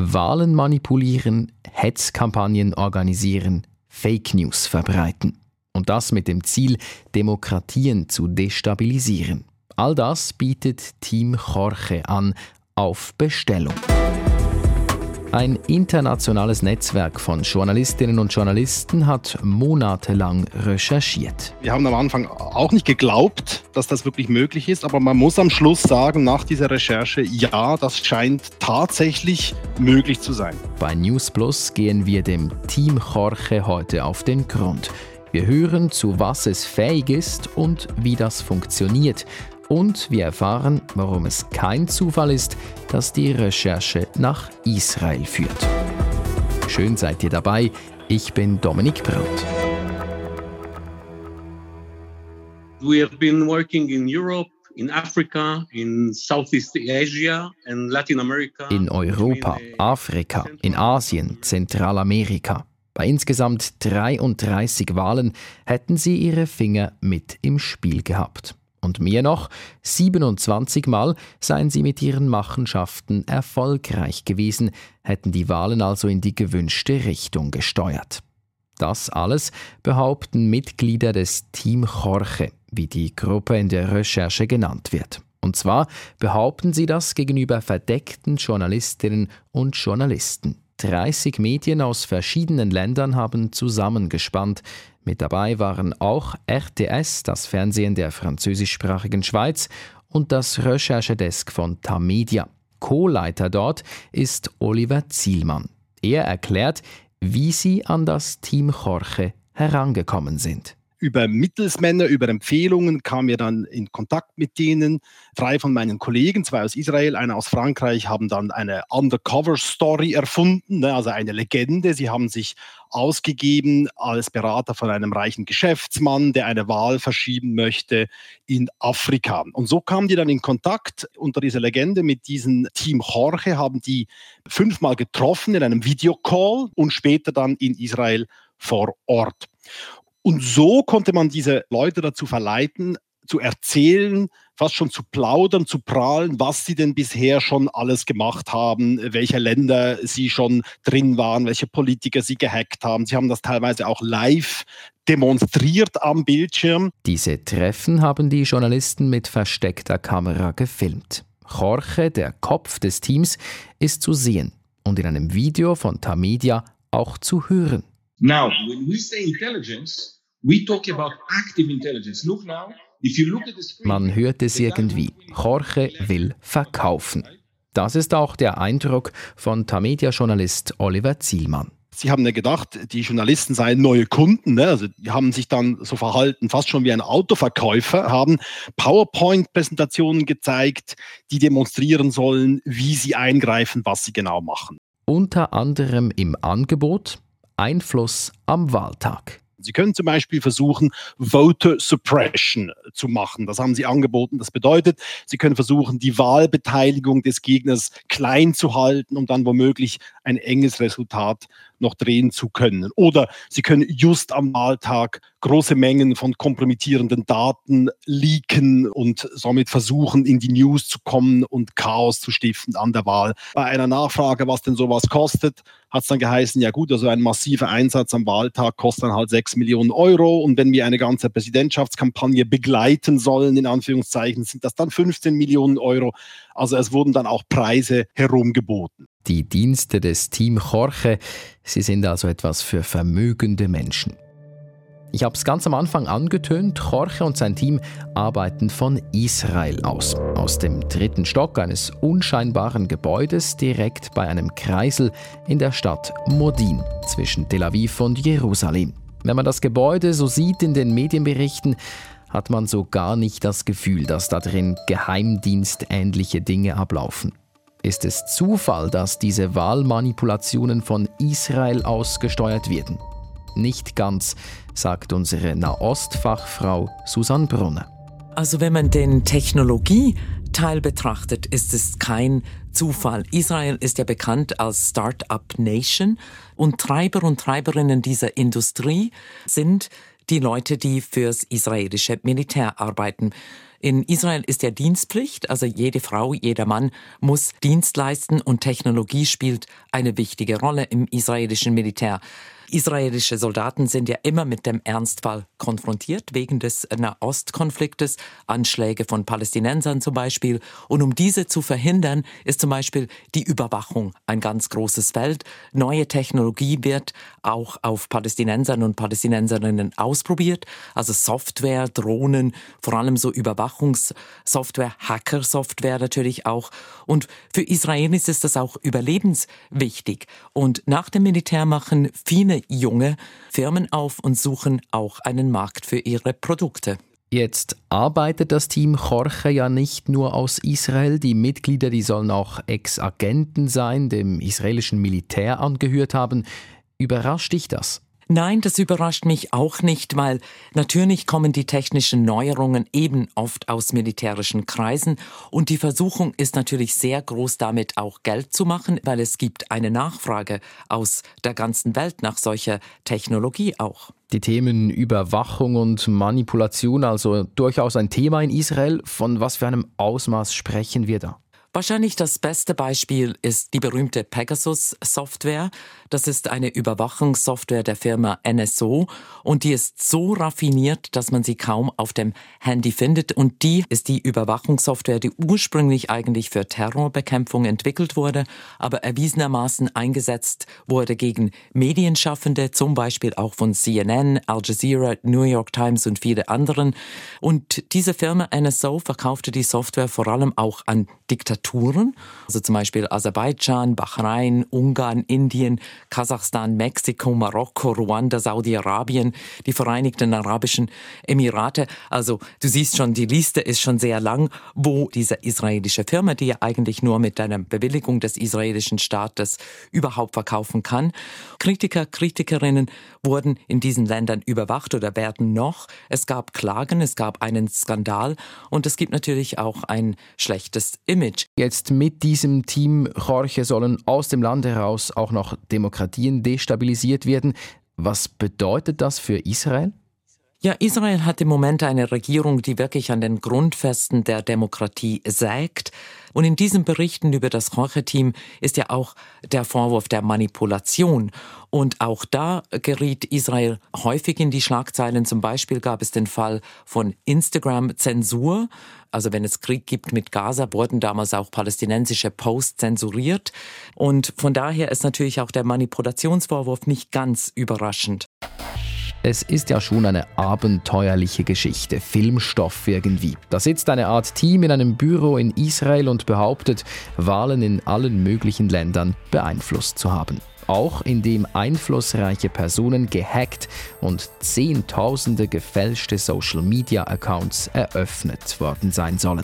Wahlen manipulieren, Hetzkampagnen organisieren, Fake News verbreiten. Und das mit dem Ziel, Demokratien zu destabilisieren. All das bietet Team Jorge an, auf Bestellung. Ein internationales Netzwerk von Journalistinnen und Journalisten hat monatelang recherchiert. Wir haben am Anfang auch nicht geglaubt, dass das wirklich möglich ist, aber man muss am Schluss sagen, nach dieser Recherche, ja, das scheint tatsächlich möglich zu sein. Bei News Plus gehen wir dem Team Jorge heute auf den Grund. Wir hören, zu was es fähig ist und wie das funktioniert. Und wir erfahren, warum es kein Zufall ist, dass die Recherche nach Israel führt. Schön seid ihr dabei. Ich bin Dominik Braut. We have been working in Europe, in Africa, in Southeast Asia and Latin America. In Europa, Afrika, in Asien, Zentralamerika. Bei insgesamt 33 Wahlen hätten sie ihre Finger mit im Spiel gehabt. Und mehr noch, 27 Mal seien sie mit ihren Machenschaften erfolgreich gewesen, hätten die Wahlen also in die gewünschte Richtung gesteuert. Das alles behaupten Mitglieder des Team Jorge, wie die Gruppe in der Recherche genannt wird. Und zwar behaupten sie das gegenüber verdeckten Journalistinnen und Journalisten. 30 Medien aus verschiedenen Ländern haben zusammengespannt. Mit dabei waren auch RTS, das Fernsehen der französischsprachigen Schweiz, und das Recherchedesk von Tamedia. Co-Leiter dort ist Oliver Zielmann. Er erklärt, wie sie an das Team Jorge herangekommen sind. Über Mittelsmänner, über Empfehlungen kamen wir dann in Kontakt mit denen. 3 von meinen Kollegen, 2 aus Israel, einer aus Frankreich, haben dann eine Undercover-Story erfunden, also eine Legende. Sie haben sich ausgegeben als Berater von einem reichen Geschäftsmann, der eine Wahl verschieben möchte in Afrika. Und so kamen die dann in Kontakt unter dieser Legende mit diesem Team Jorge, haben die 5-mal getroffen in einem Videocall und später dann in Israel vor Ort. Und so konnte man diese Leute dazu verleiten, zu erzählen, fast schon zu plaudern, zu prahlen, was sie denn bisher schon alles gemacht haben, welche Länder sie schon drin waren, welche Politiker sie gehackt haben. Sie haben das teilweise auch live demonstriert am Bildschirm. Diese Treffen haben die Journalisten mit versteckter Kamera gefilmt. Jorge, der Kopf des Teams, ist zu sehen und in einem Video von Tamedia auch zu hören. Now, when we say intelligence, we talk about active intelligence. Look now, if you look at the screen. Man hört es irgendwie. Jorge will verkaufen. Das ist auch der Eindruck von Tamedia-Journalist Oliver Zielmann. Sie haben ja gedacht, die Journalisten seien neue Kunden. Ne? Also die haben sich dann so verhalten, fast schon wie ein Autoverkäufer, haben PowerPoint-Präsentationen gezeigt, die demonstrieren sollen, wie sie eingreifen, was sie genau machen. Unter anderem im Angebot Einfluss am Wahltag. Sie können zum Beispiel versuchen, Voter Suppression zu machen. Das haben sie angeboten. Das bedeutet, sie können versuchen, die Wahlbeteiligung des Gegners klein zu halten, um dann womöglich ein enges Resultat noch drehen zu können. Oder sie können just am Wahltag große Mengen von kompromittierenden Daten leaken und somit versuchen, in die News zu kommen und Chaos zu stiften an der Wahl. Bei einer Nachfrage, was denn sowas kostet, hat es dann geheißen, ja gut, also ein massiver Einsatz am Wahltag kostet dann halt 6 Millionen Euro und wenn wir eine ganze Präsidentschaftskampagne begleiten sollen, in Anführungszeichen, sind das dann 15 Millionen Euro. Also es wurden dann auch Preise herumgeboten. Die Dienste des Team Jorge, sie sind also etwas für vermögende Menschen. Ich habe es ganz am Anfang angetönt, Jorge und sein Team arbeiten von Israel aus dem 3. Stock eines unscheinbaren Gebäudes direkt bei einem Kreisel in der Stadt Modin zwischen Tel Aviv und Jerusalem. Wenn man das Gebäude so sieht in den Medienberichten, hat man so gar nicht das Gefühl, dass da drin geheimdienstähnliche Dinge ablaufen. Ist es Zufall, dass diese Wahlmanipulationen von Israel aus gesteuert werden? Nicht ganz, sagt unsere Nahostfachfrau Susanne Brunner. Also wenn man den Technologieteil betrachtet, ist es kein Zufall. Israel ist ja bekannt als Start-up Nation und Treiber und Treiberinnen dieser Industrie sind die Leute, die fürs israelische Militär arbeiten. In Israel ist ja Dienstpflicht, also jede Frau, jeder Mann muss Dienst leisten und Technologie spielt eine wichtige Rolle im israelischen Militär. Israelische Soldaten sind ja immer mit dem Ernstfall konfrontiert, wegen des Nahostkonfliktes, Anschläge von Palästinensern zum Beispiel. Und um diese zu verhindern, ist zum Beispiel die Überwachung ein ganz großes Feld. Neue Technologie wird auch auf Palästinensern und Palästinenserinnen ausprobiert. Also Software, Drohnen, vor allem so Überwachungssoftware, Hackersoftware natürlich auch. Und für Israelis ist das auch überlebenswichtig. Und nach dem Militär machen viele junge Firmen auf und suchen auch einen Markt für ihre Produkte. Jetzt arbeitet das Team Chorche ja nicht nur aus Israel. Die Mitglieder, die sollen auch Ex-Agenten sein, dem israelischen Militär angehört haben. Überrascht dich das? Nein, das überrascht mich auch nicht, weil natürlich kommen die technischen Neuerungen eben oft aus militärischen Kreisen und die Versuchung ist natürlich sehr groß, damit auch Geld zu machen, weil es gibt eine Nachfrage aus der ganzen Welt nach solcher Technologie auch. Die Themen Überwachung und Manipulation, also durchaus ein Thema in Israel. Von was für einem Ausmaß sprechen wir da? Wahrscheinlich das beste Beispiel ist die berühmte Pegasus-Software. Das ist eine Überwachungssoftware der Firma NSO und die ist so raffiniert, dass man sie kaum auf dem Handy findet. Und die ist die Überwachungssoftware, die ursprünglich eigentlich für Terrorbekämpfung entwickelt wurde, aber erwiesenermaßen eingesetzt wurde gegen Medienschaffende, zum Beispiel auch von CNN, Al Jazeera, New York Times und viele anderen. Und diese Firma NSO verkaufte die Software vor allem auch an Diktaturen, also zum Beispiel Aserbaidschan, Bahrain, Ungarn, Indien, Kasachstan, Mexiko, Marokko, Ruanda, Saudi-Arabien, die Vereinigten Arabischen Emirate. Also du siehst schon, die Liste ist schon sehr lang, wo diese israelische Firma, die ja eigentlich nur mit einer Bewilligung des israelischen Staates überhaupt verkaufen kann. Kritiker, Kritikerinnen wurden in diesen Ländern überwacht oder werden noch. Es gab Klagen, es gab einen Skandal und es gibt natürlich auch ein schlechtes Image. Jetzt mit diesem Team Chorche sollen aus dem Land heraus auch noch Demokratien destabilisiert werden. Was bedeutet das für Israel? Ja, Israel hat im Moment eine Regierung, die wirklich an den Grundfesten der Demokratie sägt. Und in diesen Berichten über das Chorche-Team ist ja auch der Vorwurf der Manipulation. Und auch da geriet Israel häufig in die Schlagzeilen. Zum Beispiel gab es den Fall von Instagram-Zensur. Also wenn es Krieg gibt mit Gaza, wurden damals auch palästinensische Posts zensuriert. Und von daher ist natürlich auch der Manipulationsvorwurf nicht ganz überraschend. Es ist ja schon eine abenteuerliche Geschichte, Filmstoff irgendwie. Da sitzt eine Art Team in einem Büro in Israel und behauptet, Wahlen in allen möglichen Ländern beeinflusst zu haben. Auch indem einflussreiche Personen gehackt und Zehntausende gefälschte Social-Media-Accounts eröffnet worden sein sollen.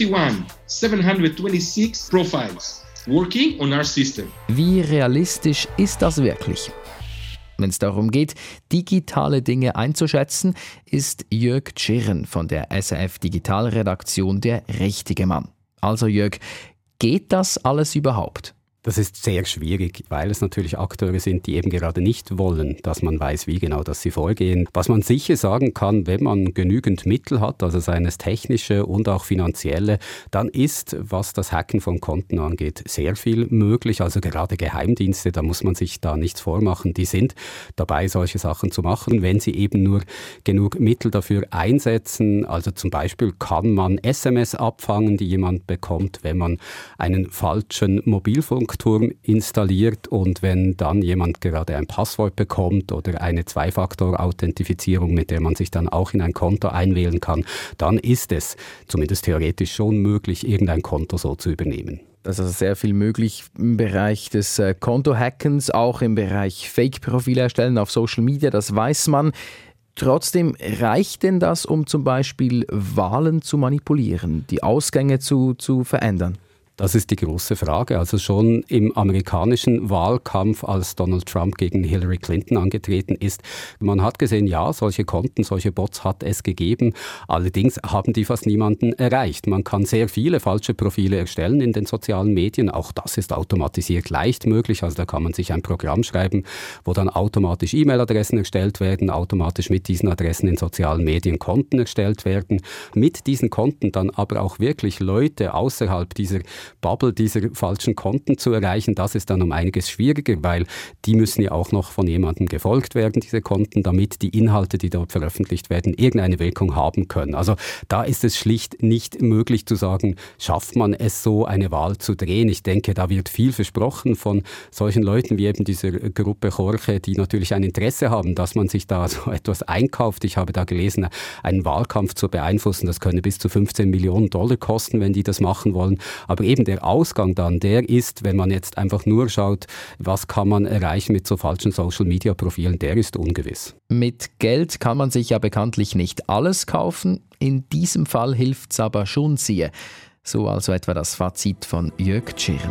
726 profiles working on our system. Wie realistisch ist das wirklich? Wenn es darum geht, digitale Dinge einzuschätzen, ist Jörg Tschirren von der SRF Digitalredaktion der richtige Mann. Also Jörg, geht das alles überhaupt? Das ist sehr schwierig, weil es natürlich Akteure sind, die eben gerade nicht wollen, dass man weiß, wie genau dass sie vorgehen. Was man sicher sagen kann, wenn man genügend Mittel hat, also seien es technische und auch finanzielle, dann ist, was das Hacken von Konten angeht, sehr viel möglich. Also gerade Geheimdienste, da muss man sich da nichts vormachen, die sind dabei, solche Sachen zu machen, wenn sie eben nur genug Mittel dafür einsetzen. Also zum Beispiel kann man SMS abfangen, die jemand bekommt, wenn man einen falschen Mobilfunkturm installiert und wenn dann jemand gerade ein Passwort bekommt oder eine Zwei-Faktor-Authentifizierung, mit der man sich dann auch in ein Konto einwählen kann, dann ist es zumindest theoretisch schon möglich, irgendein Konto so zu übernehmen. Das ist also sehr viel möglich im Bereich des Kontohackens, auch im Bereich Fake-Profile erstellen auf Social Media, das weiß man. Trotzdem, reicht denn das, um zum Beispiel Wahlen zu manipulieren, die Ausgänge zu verändern? Das ist die große Frage. Also schon im amerikanischen Wahlkampf, als Donald Trump gegen Hillary Clinton angetreten ist, man hat gesehen, ja, solche Konten, solche Bots hat es gegeben. Allerdings haben die fast niemanden erreicht. Man kann sehr viele falsche Profile erstellen in den sozialen Medien. Auch das ist automatisiert leicht möglich. Also da kann man sich ein Programm schreiben, wo dann automatisch E-Mail-Adressen erstellt werden, automatisch mit diesen Adressen in sozialen Medien Konten erstellt werden. Mit diesen Konten dann aber auch wirklich Leute außerhalb dieser Bubble, dieser falschen Konten zu erreichen, das ist dann um einiges schwieriger, weil die müssen ja auch noch von jemandem gefolgt werden, diese Konten, damit die Inhalte, die dort veröffentlicht werden, irgendeine Wirkung haben können. Also da ist es schlicht nicht möglich zu sagen, schafft man es so, eine Wahl zu drehen. Ich denke, da wird viel versprochen von solchen Leuten wie eben dieser Gruppe Jorge, die natürlich ein Interesse haben, dass man sich da so etwas einkauft. Ich habe da gelesen, einen Wahlkampf zu beeinflussen, das könne bis zu $15 Millionen kosten, wenn die das machen wollen. Aber eben der Ausgang dann, der ist, wenn man jetzt einfach nur schaut, was kann man erreichen mit so falschen Social-Media-Profilen, der ist ungewiss. Mit Geld kann man sich ja bekanntlich nicht alles kaufen. In diesem Fall hilft es aber schon sehr. So also etwa das Fazit von Jörg Tschirn.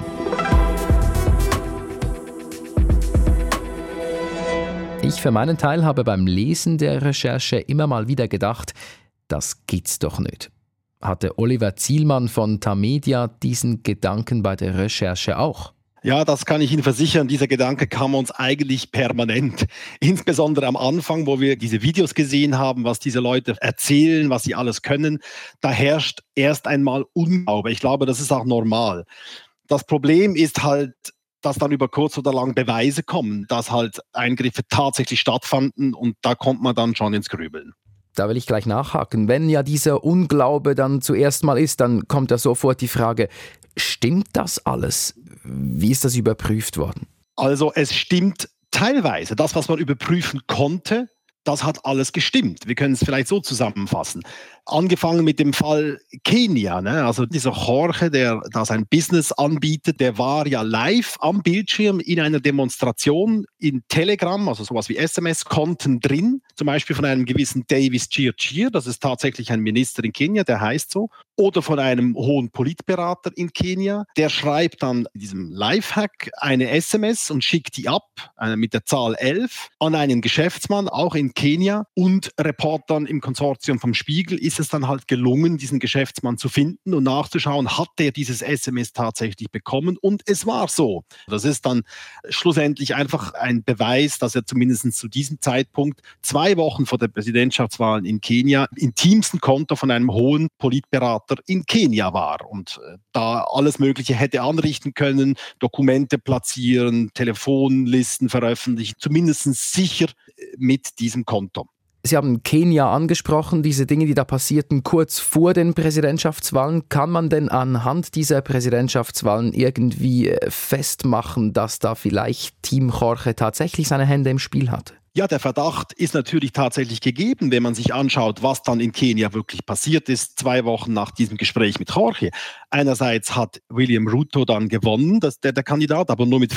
Ich für meinen Teil habe beim Lesen der Recherche immer mal wieder gedacht, das gibt's doch nicht. Hatte Oliver Zielmann von Tamedia diesen Gedanken bei der Recherche auch? Ja, das kann ich Ihnen versichern. Dieser Gedanke kam uns eigentlich permanent. Insbesondere am Anfang, wo wir diese Videos gesehen haben, was diese Leute erzählen, was sie alles können. Da herrscht erst einmal Unglaube. Ich glaube, das ist auch normal. Das Problem ist halt, dass dann über kurz oder lang Beweise kommen, dass halt Eingriffe tatsächlich stattfanden und da kommt man dann schon ins Grübeln. Da will ich gleich nachhaken. Wenn ja dieser Unglaube dann zuerst mal ist, dann kommt ja sofort die Frage, stimmt das alles? Wie ist das überprüft worden? Also es stimmt teilweise. Das, was man überprüfen konnte, das hat alles gestimmt. Wir können es vielleicht so zusammenfassen. Angefangen mit dem Fall Kenia, ne? Also dieser Jorge, der da sein Business anbietet, der war ja live am Bildschirm in einer Demonstration in Telegram, also sowas wie SMS-Konten drin, zum Beispiel von einem gewissen Davis Chirchir, das ist tatsächlich ein Minister in Kenia, der heißt so, oder von einem hohen Politberater in Kenia, der schreibt dann in diesem Lifehack eine SMS und schickt die ab, mit der Zahl 11, an einen Geschäftsmann, auch in Kenia, und Reportern im Konsortium vom Spiegel ist es dann halt gelungen, diesen Geschäftsmann zu finden und nachzuschauen, hat der dieses SMS tatsächlich bekommen, und es war so. Das ist dann schlussendlich einfach ein Beweis, dass er zumindest zu diesem Zeitpunkt 2 Wochen vor der Präsidentschaftswahl in Kenia im intimsten Konto von einem hohen Politberater in Kenia war und da alles Mögliche hätte anrichten können, Dokumente platzieren, Telefonlisten veröffentlichen, zumindest sicher mit diesem Konto. Sie haben Kenia angesprochen, diese Dinge, die da passierten kurz vor den Präsidentschaftswahlen. Kann man denn anhand dieser Präsidentschaftswahlen irgendwie festmachen, dass da vielleicht Team Jorge tatsächlich seine Hände im Spiel hatte? Ja, der Verdacht ist natürlich tatsächlich gegeben, wenn man sich anschaut, was dann in Kenia wirklich passiert ist, 2 Wochen nach diesem Gespräch mit Jorge. Einerseits hat William Ruto dann gewonnen, der Kandidat, aber nur mit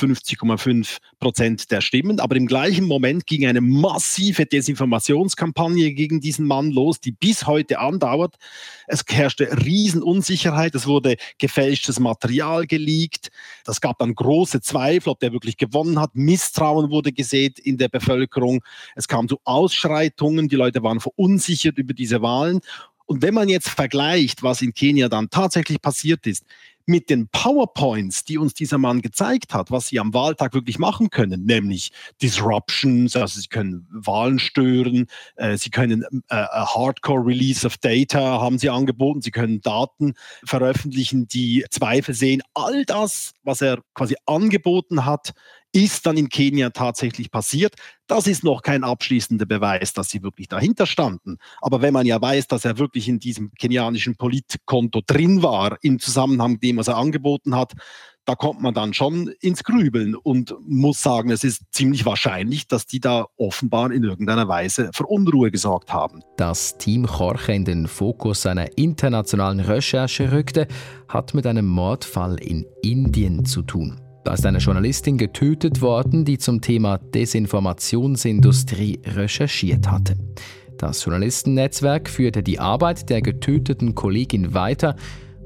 50,5% der Stimmen. Aber im gleichen Moment ging eine massive Desinformationskampagne gegen diesen Mann los, die bis heute andauert. Es herrschte Riesenunsicherheit, es wurde gefälschtes Material geleakt. Das gab dann große Zweifel, ob der wirklich gewonnen hat. Misstrauen wurde gesät in der Bevölkerung. Es kam zu Ausschreitungen, die Leute waren verunsichert über diese Wahlen. Und wenn man jetzt vergleicht, was in Kenia dann tatsächlich passiert ist, mit den PowerPoints, die uns dieser Mann gezeigt hat, was sie am Wahltag wirklich machen können, nämlich Disruptions, also sie können Wahlen stören, sie können Hardcore Release of Data haben sie angeboten, sie können Daten veröffentlichen, die Zweifel sehen. All das, was er quasi angeboten hat, ist dann in Kenia tatsächlich passiert. Das ist noch kein abschließender Beweis, dass sie wirklich dahinter standen. Aber wenn man ja weiß, dass er wirklich in diesem kenianischen Politkonto drin war, im Zusammenhang mit dem, was er angeboten hat, da kommt man dann schon ins Grübeln und muss sagen, es ist ziemlich wahrscheinlich, dass die da offenbar in irgendeiner Weise für Unruhe gesorgt haben. Dass Team Jorge in den Fokus einer internationalen Recherche rückte, hat mit einem Mordfall in Indien zu tun. Da ist eine Journalistin getötet worden, die zum Thema Desinformationsindustrie recherchiert hatte. Das Journalistennetzwerk führte die Arbeit der getöteten Kollegin weiter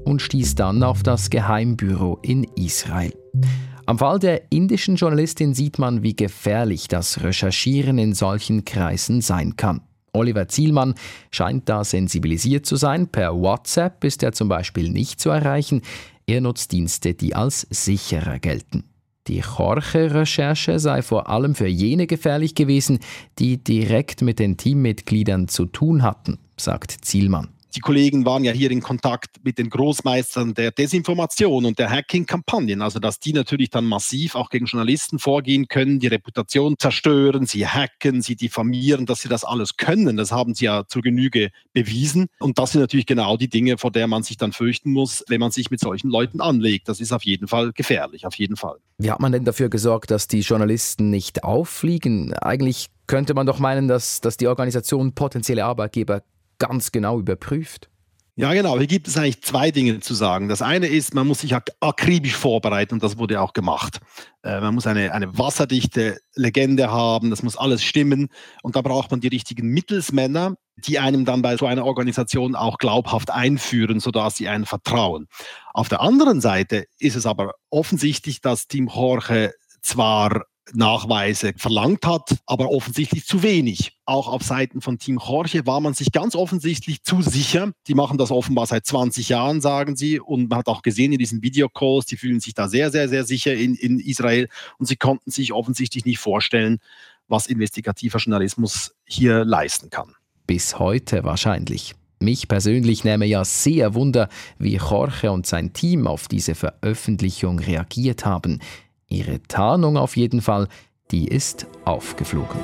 und stieß dann auf das Geheimbüro in Israel. Am Fall der indischen Journalistin sieht man, wie gefährlich das Recherchieren in solchen Kreisen sein kann. Oliver Zielmann scheint da sensibilisiert zu sein. Per WhatsApp ist er zum Beispiel nicht zu erreichen. Er nutzt Dienste, die als sicherer gelten. Die Jorge-Recherche sei vor allem für jene gefährlich gewesen, die direkt mit den Teammitgliedern zu tun hatten, sagt Zielmann. Die Kollegen waren ja hier in Kontakt mit den Großmeistern der Desinformation und der Hacking-Kampagnen. Also dass die natürlich dann massiv auch gegen Journalisten vorgehen können, die Reputation zerstören, sie hacken, sie diffamieren, dass sie das alles können. Das haben sie ja zur Genüge bewiesen. Und das sind natürlich genau die Dinge, vor der man sich dann fürchten muss, wenn man sich mit solchen Leuten anlegt. Das ist auf jeden Fall gefährlich, auf jeden Fall. Wie hat man denn dafür gesorgt, dass die Journalisten nicht auffliegen? Eigentlich könnte man doch meinen, dass die Organisation potenzielle Arbeitgeber ganz genau überprüft. Ja, genau. Hier gibt es eigentlich zwei Dinge zu sagen. Das eine ist, man muss sich akribisch vorbereiten und das wurde auch gemacht. Man muss eine wasserdichte Legende haben, das muss alles stimmen und da braucht man die richtigen Mittelsmänner, die einem dann bei so einer Organisation auch glaubhaft einführen, sodass sie einen vertrauen. Auf der anderen Seite ist es aber offensichtlich, dass Team Jorge zwar Nachweise verlangt hat, aber offensichtlich zu wenig. Auch auf Seiten von Team Jorge war man sich ganz offensichtlich zu sicher. Die machen das offenbar seit 20 Jahren, sagen sie. Und man hat auch gesehen in diesen Videocalls, die fühlen sich da sehr, sehr, sehr sicher in Israel. Und sie konnten sich offensichtlich nicht vorstellen, was investigativer Journalismus hier leisten kann. Bis heute wahrscheinlich. Mich persönlich nehme ja sehr Wunder, wie Jorge und sein Team auf diese Veröffentlichung reagiert haben. Ihre Tarnung auf jeden Fall, die ist aufgeflogen.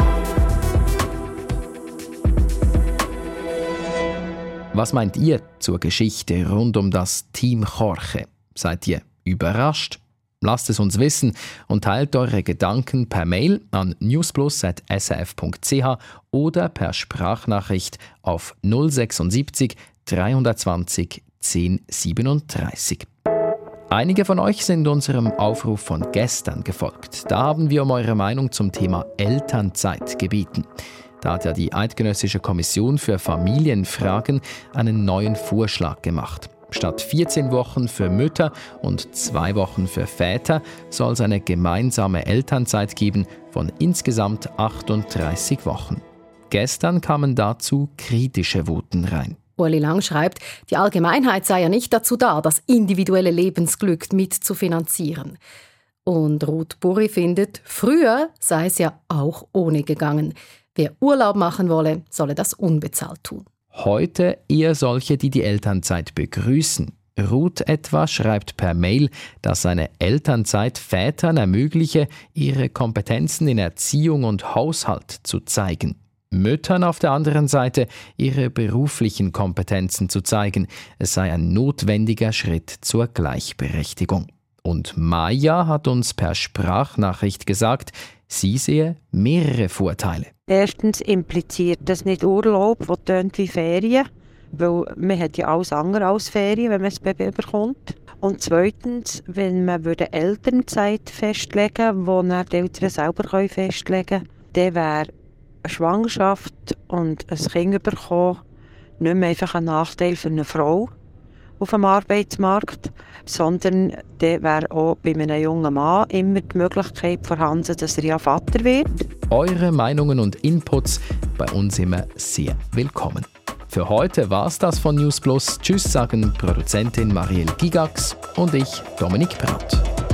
Was meint ihr zur Geschichte rund um das Team Jorge? Seid ihr überrascht? Lasst es uns wissen und teilt eure Gedanken per Mail an newsplus@srf.ch oder per Sprachnachricht auf 076 320 1037. Einige von euch sind unserem Aufruf von gestern gefolgt. Da haben wir um eure Meinung zum Thema Elternzeit gebeten. Da hat ja die Eidgenössische Kommission für Familienfragen einen neuen Vorschlag gemacht. Statt 14 Wochen für Mütter und 2 Wochen für Väter soll es eine gemeinsame Elternzeit geben von insgesamt 38 Wochen. Gestern kamen dazu kritische Voten rein. Ueli Lang schreibt, die Allgemeinheit sei ja nicht dazu da, das individuelle Lebensglück mitzufinanzieren. Und Ruth Burri findet, früher sei es ja auch ohne gegangen. Wer Urlaub machen wolle, solle das unbezahlt tun. Heute eher solche, die die Elternzeit begrüßen. Ruth etwa schreibt per Mail, dass eine Elternzeit Vätern ermögliche, ihre Kompetenzen in Erziehung und Haushalt zu zeigen. Müttern auf der anderen Seite ihre beruflichen Kompetenzen zu zeigen. Es sei ein notwendiger Schritt zur Gleichberechtigung. Und Maja hat uns per Sprachnachricht gesagt, sie sehe mehrere Vorteile. Erstens impliziert das nicht Urlaub, der tönt wie Ferien, weil man hat ja alles andere als Ferien, wenn man das Baby bekommt. Und zweitens, wenn man Elternzeit festlegen würde, die dann die Eltern selber festlegen können, dann wäre eine Schwangerschaft und ein Kind bekommen nicht mehr einfach ein Nachteil für eine Frau auf dem Arbeitsmarkt, sondern dann wäre auch bei einem jungen Mann immer die Möglichkeit vorhanden, dass er ja Vater wird. Eure Meinungen und Inputs bei uns immer sehr willkommen. Für heute war es das von News Plus. Tschüss sagen Produzentin Marielle Gigax und ich, Dominik Brandt.